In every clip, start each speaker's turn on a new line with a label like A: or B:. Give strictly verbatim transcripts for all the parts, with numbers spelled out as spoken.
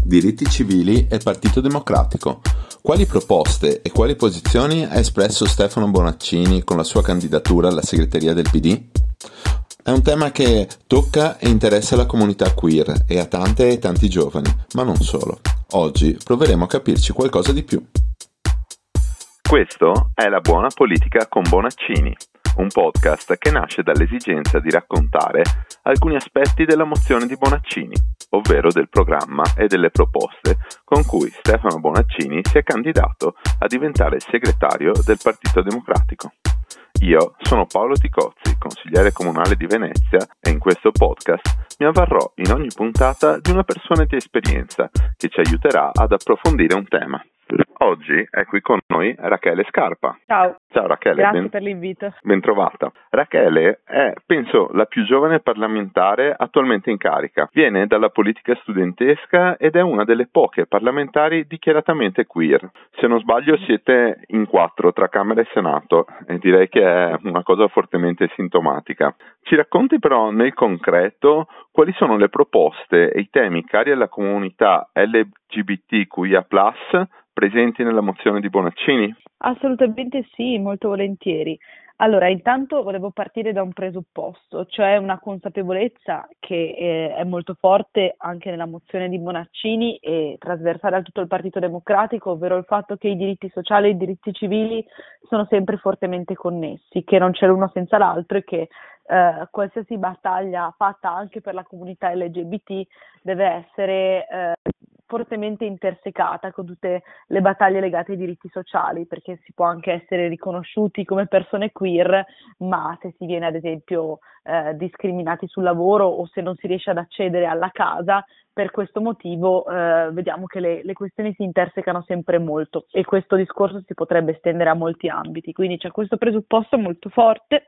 A: Diritti civili e Partito Democratico. Quali proposte e quali posizioni ha espresso Stefano Bonaccini con la sua candidatura alla segreteria del P D? È un tema che tocca e interessa la comunità queer e a tante e tanti giovani, ma non solo. Oggi proveremo a capirci qualcosa di più.
B: Questo è La Buona Politica con Bonaccini, un podcast che nasce dall'esigenza di raccontare alcuni aspetti della mozione di Bonaccini, ovvero del programma e delle proposte con cui Stefano Bonaccini si è candidato a diventare il segretario del Partito Democratico. Io sono Paolo Ticozzi, consigliere comunale di Venezia, e in questo podcast mi avvarrò in ogni puntata di una persona di esperienza che ci aiuterà ad approfondire un tema. Oggi è qui con noi Rachele Scarpa.
C: Ciao.
B: Ciao Rachele.
C: Grazie
B: ben,
C: per l'invito.
B: Ben trovata. Rachele è, penso, la più giovane parlamentare attualmente in carica. Viene dalla politica studentesca ed è una delle poche parlamentari dichiaratamente queer. Se non sbaglio siete in quattro tra Camera e Senato e direi che è una cosa fortemente sintomatica. Ci racconti però nel concreto quali sono le proposte e i temi cari alla comunità L G B T Q I A plus, presenti nella mozione di Bonaccini?
C: Assolutamente sì, molto volentieri. Allora, intanto volevo partire da un presupposto, cioè una consapevolezza che eh, è molto forte anche nella mozione di Bonaccini e trasversale a tutto il Partito Democratico, ovvero il fatto che i diritti sociali e i diritti civili sono sempre fortemente connessi, che non c'è l'uno senza l'altro e che eh, qualsiasi battaglia fatta anche per la comunità L G B T deve essere eh, fortemente intersecata con tutte le battaglie legate ai diritti sociali, perché si può anche essere riconosciuti come persone queer, ma se si viene ad esempio eh, discriminati sul lavoro o se non si riesce ad accedere alla casa, per questo motivo eh, vediamo che le, le questioni si intersecano sempre molto e questo discorso si potrebbe estendere a molti ambiti, quindi c'è questo presupposto molto forte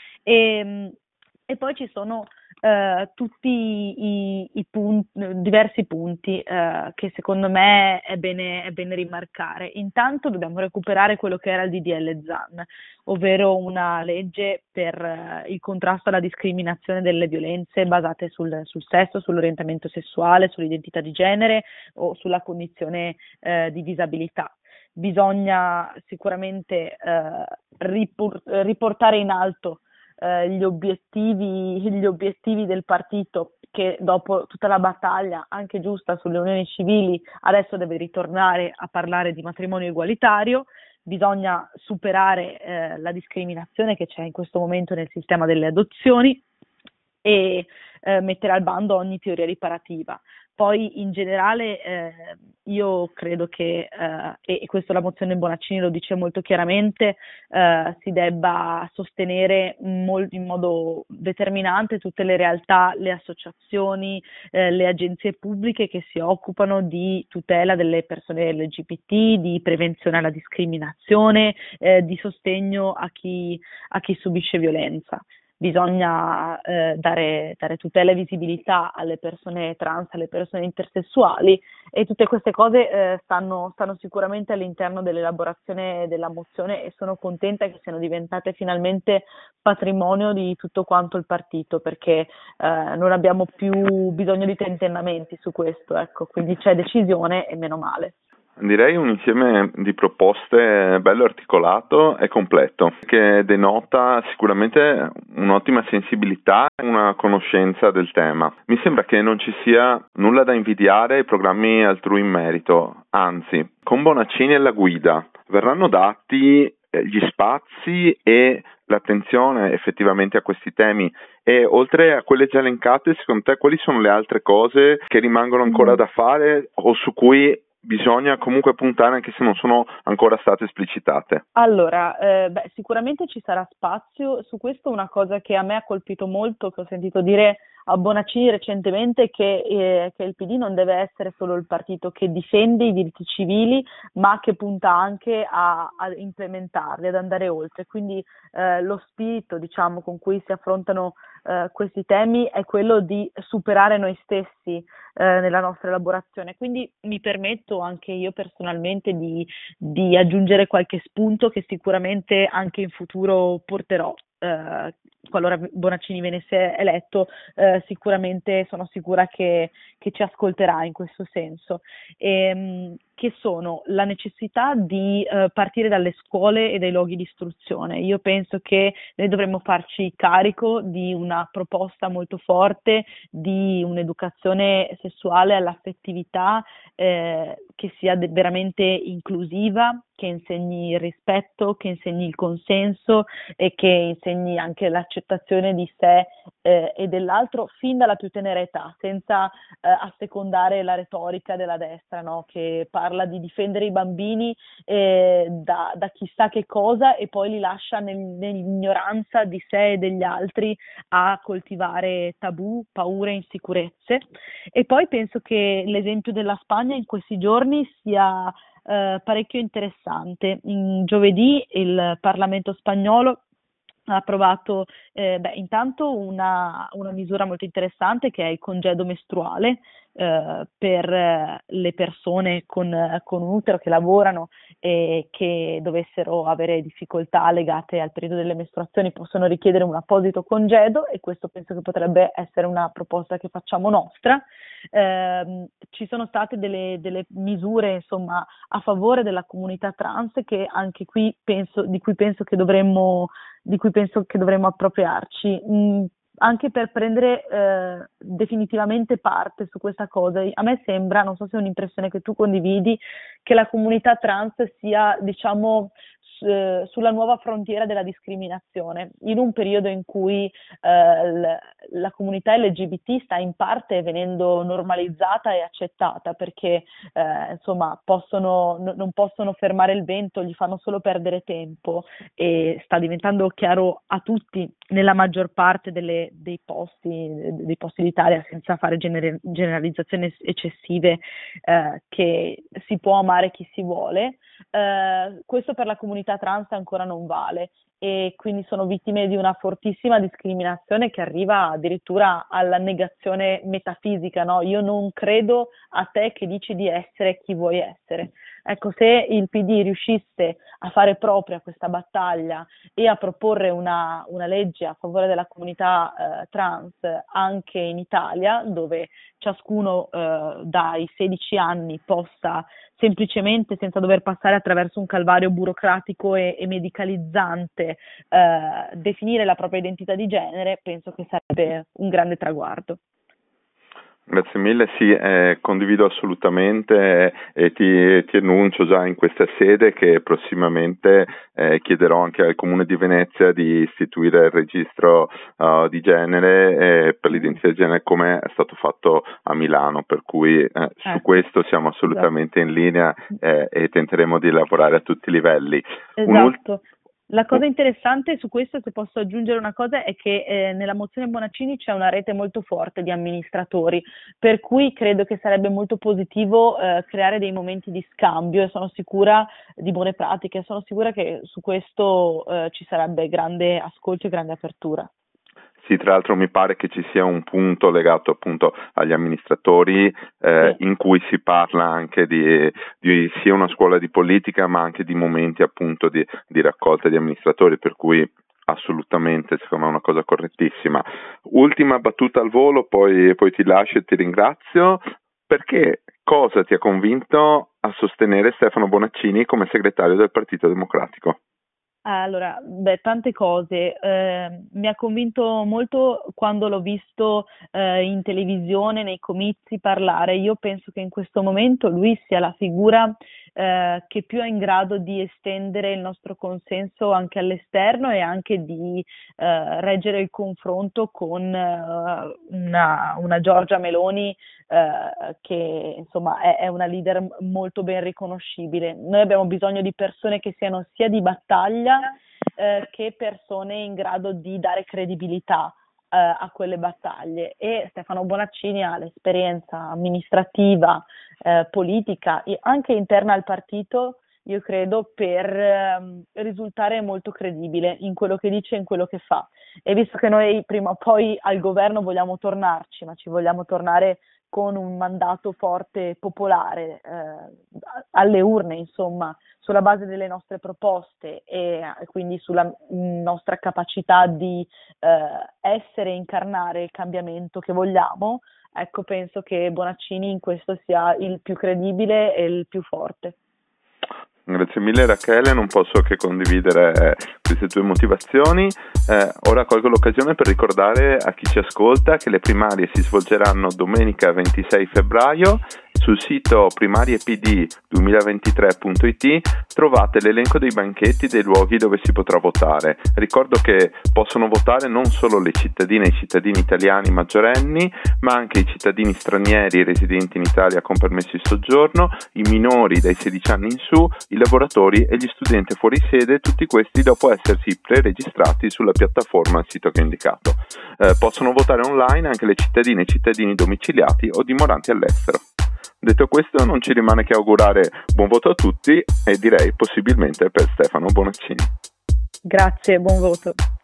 C: e, e poi ci sono Uh, tutti i, i punti, diversi punti uh, che secondo me è bene, è bene rimarcare. Intanto dobbiamo recuperare quello che era il D D L Zan, ovvero una legge per uh, il contrasto alla discriminazione delle violenze basate sul, sul sesso, sull'orientamento sessuale, sull'identità di genere o sulla condizione uh, di disabilità. Bisogna sicuramente uh, ripor- riportare in alto Eh, gli obiettivi, gli obiettivi del partito che dopo tutta la battaglia, anche giusta, sulle unioni civili, adesso deve ritornare a parlare di matrimonio egualitario. Bisogna superare eh, la discriminazione che c'è in questo momento nel sistema delle adozioni e eh, mettere al bando ogni teoria riparativa. Poi in generale eh, io credo che, eh, e questo la mozione Bonaccini lo dice molto chiaramente, eh, si debba sostenere mol- in modo determinante tutte le realtà, le associazioni, eh, le agenzie pubbliche che si occupano di tutela delle persone L G B T, di prevenzione alla discriminazione, eh, di sostegno a chi, a chi subisce violenza. Bisogna eh, dare, dare tutela e visibilità alle persone trans, alle persone intersessuali e tutte queste cose eh, stanno, stanno sicuramente all'interno dell'elaborazione della mozione e sono contenta che siano diventate finalmente patrimonio di tutto quanto il partito, perché eh, non abbiamo più bisogno di tentennamenti su questo, ecco, quindi c'è decisione e meno male.
B: Direi un insieme di proposte bello articolato e completo, che denota sicuramente un'ottima sensibilità e una conoscenza del tema. Mi sembra che non ci sia nulla da invidiare ai programmi altrui in merito, anzi, con Bonaccini alla guida verranno dati gli spazi e l'attenzione effettivamente a questi temi e oltre a quelle già elencate, secondo te quali sono le altre cose che rimangono ancora da fare o su cui bisogna comunque puntare anche se non sono ancora state esplicitate?
C: Allora, eh, beh, sicuramente ci sarà spazio. Su questo una cosa che a me ha colpito molto, che ho sentito dire a Bonaccini recentemente, che, eh, che il P D non deve essere solo il partito che difende i diritti civili, ma che punta anche a, a implementarli, ad andare oltre. Quindi eh, lo spirito, diciamo, con cui si affrontano eh, questi temi è quello di superare noi stessi eh, nella nostra elaborazione. Quindi mi permetto anche io personalmente di, di aggiungere qualche spunto che sicuramente anche in futuro porterò. eh, qualora Bonaccini venisse eletto, eh, sicuramente sono sicura che, che ci ascolterà in questo senso, e, che sono la necessità di eh, partire dalle scuole e dai luoghi di istruzione. Io penso che noi dovremmo farci carico di una proposta molto forte di un'educazione sessuale all'affettività eh, che sia de- veramente inclusiva, che insegni il rispetto, che insegni il consenso e che insegni anche l'accettazione di sé eh, e dell'altro fin dalla più tenera età, senza eh, assecondare la retorica della destra, no? Che parla di difendere i bambini eh, da, da chissà che cosa e poi li lascia nel, nell'ignoranza di sé e degli altri a coltivare tabù, paure, insicurezze. E poi penso che l'esempio della Spagna in questi giorni sia eh, parecchio interessante. In giovedì il Parlamento spagnolo ha approvato eh, beh, intanto una, una misura molto interessante che è il congedo mestruale eh, per eh, le persone con, con un utero che lavorano e che dovessero avere difficoltà legate al periodo delle mestruazioni possono richiedere un apposito congedo, e questo penso che potrebbe essere una proposta che facciamo nostra. Eh, ci sono state delle, delle misure insomma a favore della comunità trans che anche qui penso, di cui penso che dovremmo di cui penso che dovremmo appropriarci, mh, anche per prendere eh, definitivamente parte su questa cosa. A me sembra, non so se è un'impressione che tu condividi, che la comunità trans sia, diciamo, s- sulla nuova frontiera della discriminazione, in un periodo in cui eh, l- la comunità L G B T sta in parte venendo normalizzata e accettata, perché eh, insomma possono, no- non possono fermare il vento, gli fanno solo perdere tempo, e sta diventando chiaro a tutti nella maggior parte delle, dei posti dei posti d'Italia, senza fare gener- generalizzazioni eccessive, eh, che si può amare chi si vuole. Eh, questo per la comunità trans ancora non vale, e quindi sono vittime di una fortissima discriminazione che arriva addirittura alla negazione metafisica, no? Io non credo a te che dici di essere chi vuoi essere. Ecco, se il P D riuscisse a fare propria questa battaglia e a proporre una, una legge a favore della comunità eh, trans anche in Italia, dove ciascuno eh, dai sedici anni possa semplicemente, senza dover passare attraverso un calvario burocratico e, e medicalizzante, eh, definire la propria identità di genere, penso che sarebbe un grande traguardo.
B: Grazie mille, sì, eh, condivido assolutamente e ti, ti annuncio già in questa sede che prossimamente eh, chiederò anche al Comune di Venezia di istituire il registro uh, di genere eh, per l'identità di genere, come è stato fatto a Milano, per cui eh, eh. su questo siamo assolutamente in linea eh, e tenteremo di lavorare a tutti i livelli.
C: Esatto. La cosa interessante su questo, se posso aggiungere una cosa, è che eh, nella mozione Bonaccini c'è una rete molto forte di amministratori, per cui credo che sarebbe molto positivo eh, creare dei momenti di scambio, e sono sicura di buone pratiche, sono sicura che su questo eh, ci sarebbe grande ascolto e grande apertura.
B: Sì, tra l'altro mi pare che ci sia un punto legato appunto agli amministratori eh, sì. in cui si parla anche di, di sia una scuola di politica ma anche di momenti appunto di, di raccolta di amministratori, per cui assolutamente secondo me è una cosa correttissima. Ultima battuta al volo, poi, poi ti lascio e ti ringrazio. Perché cosa ti ha convinto a sostenere Stefano Bonaccini come segretario del Partito Democratico?
C: Allora, beh, tante cose. Eh, mi ha convinto molto quando l'ho visto eh, in televisione, nei comizi parlare. Io penso che in questo momento lui sia la figura eh, che più è in grado di estendere il nostro consenso anche all'esterno, e anche di eh, reggere il confronto con eh, una, una Giorgia Meloni eh, che insomma è, è una leader molto ben riconoscibile. Noi abbiamo bisogno di persone che siano sia di battaglia Eh, che persone in grado di dare credibilità eh, a quelle battaglie, e Stefano Bonaccini ha l'esperienza amministrativa, eh, politica e anche interna al partito, io credo, per eh, risultare molto credibile in quello che dice e in quello che fa. E visto che noi prima o poi al governo vogliamo tornarci, ma ci vogliamo tornare con un mandato forte popolare eh, alle urne, insomma, sulla base delle nostre proposte e quindi sulla nostra capacità di eh, essere e incarnare il cambiamento che vogliamo, ecco, penso che Bonaccini in questo sia il più credibile e il più forte.
B: Grazie mille Rachele, non posso che condividere queste tue motivazioni. Eh, ora colgo l'occasione per ricordare a chi ci ascolta che le primarie si svolgeranno domenica ventisei febbraio. Sul sito primariepd duemilaventitré punto it trovate l'elenco dei banchetti dei luoghi dove si potrà votare. Ricordo che possono votare non solo le cittadine e i cittadini italiani maggiorenni, ma anche i cittadini stranieri residenti in Italia con permesso di soggiorno, i minori dai sedici anni in su, i lavoratori e gli studenti fuori sede, tutti questi dopo essersi pre-registrati sulla piattaforma al sito che ho indicato. Eh, possono votare online anche le cittadine e i cittadini domiciliati o dimoranti all'estero. Detto questo, non ci rimane che augurare buon voto a tutti e direi possibilmente per Stefano Bonaccini.
C: Grazie, buon voto.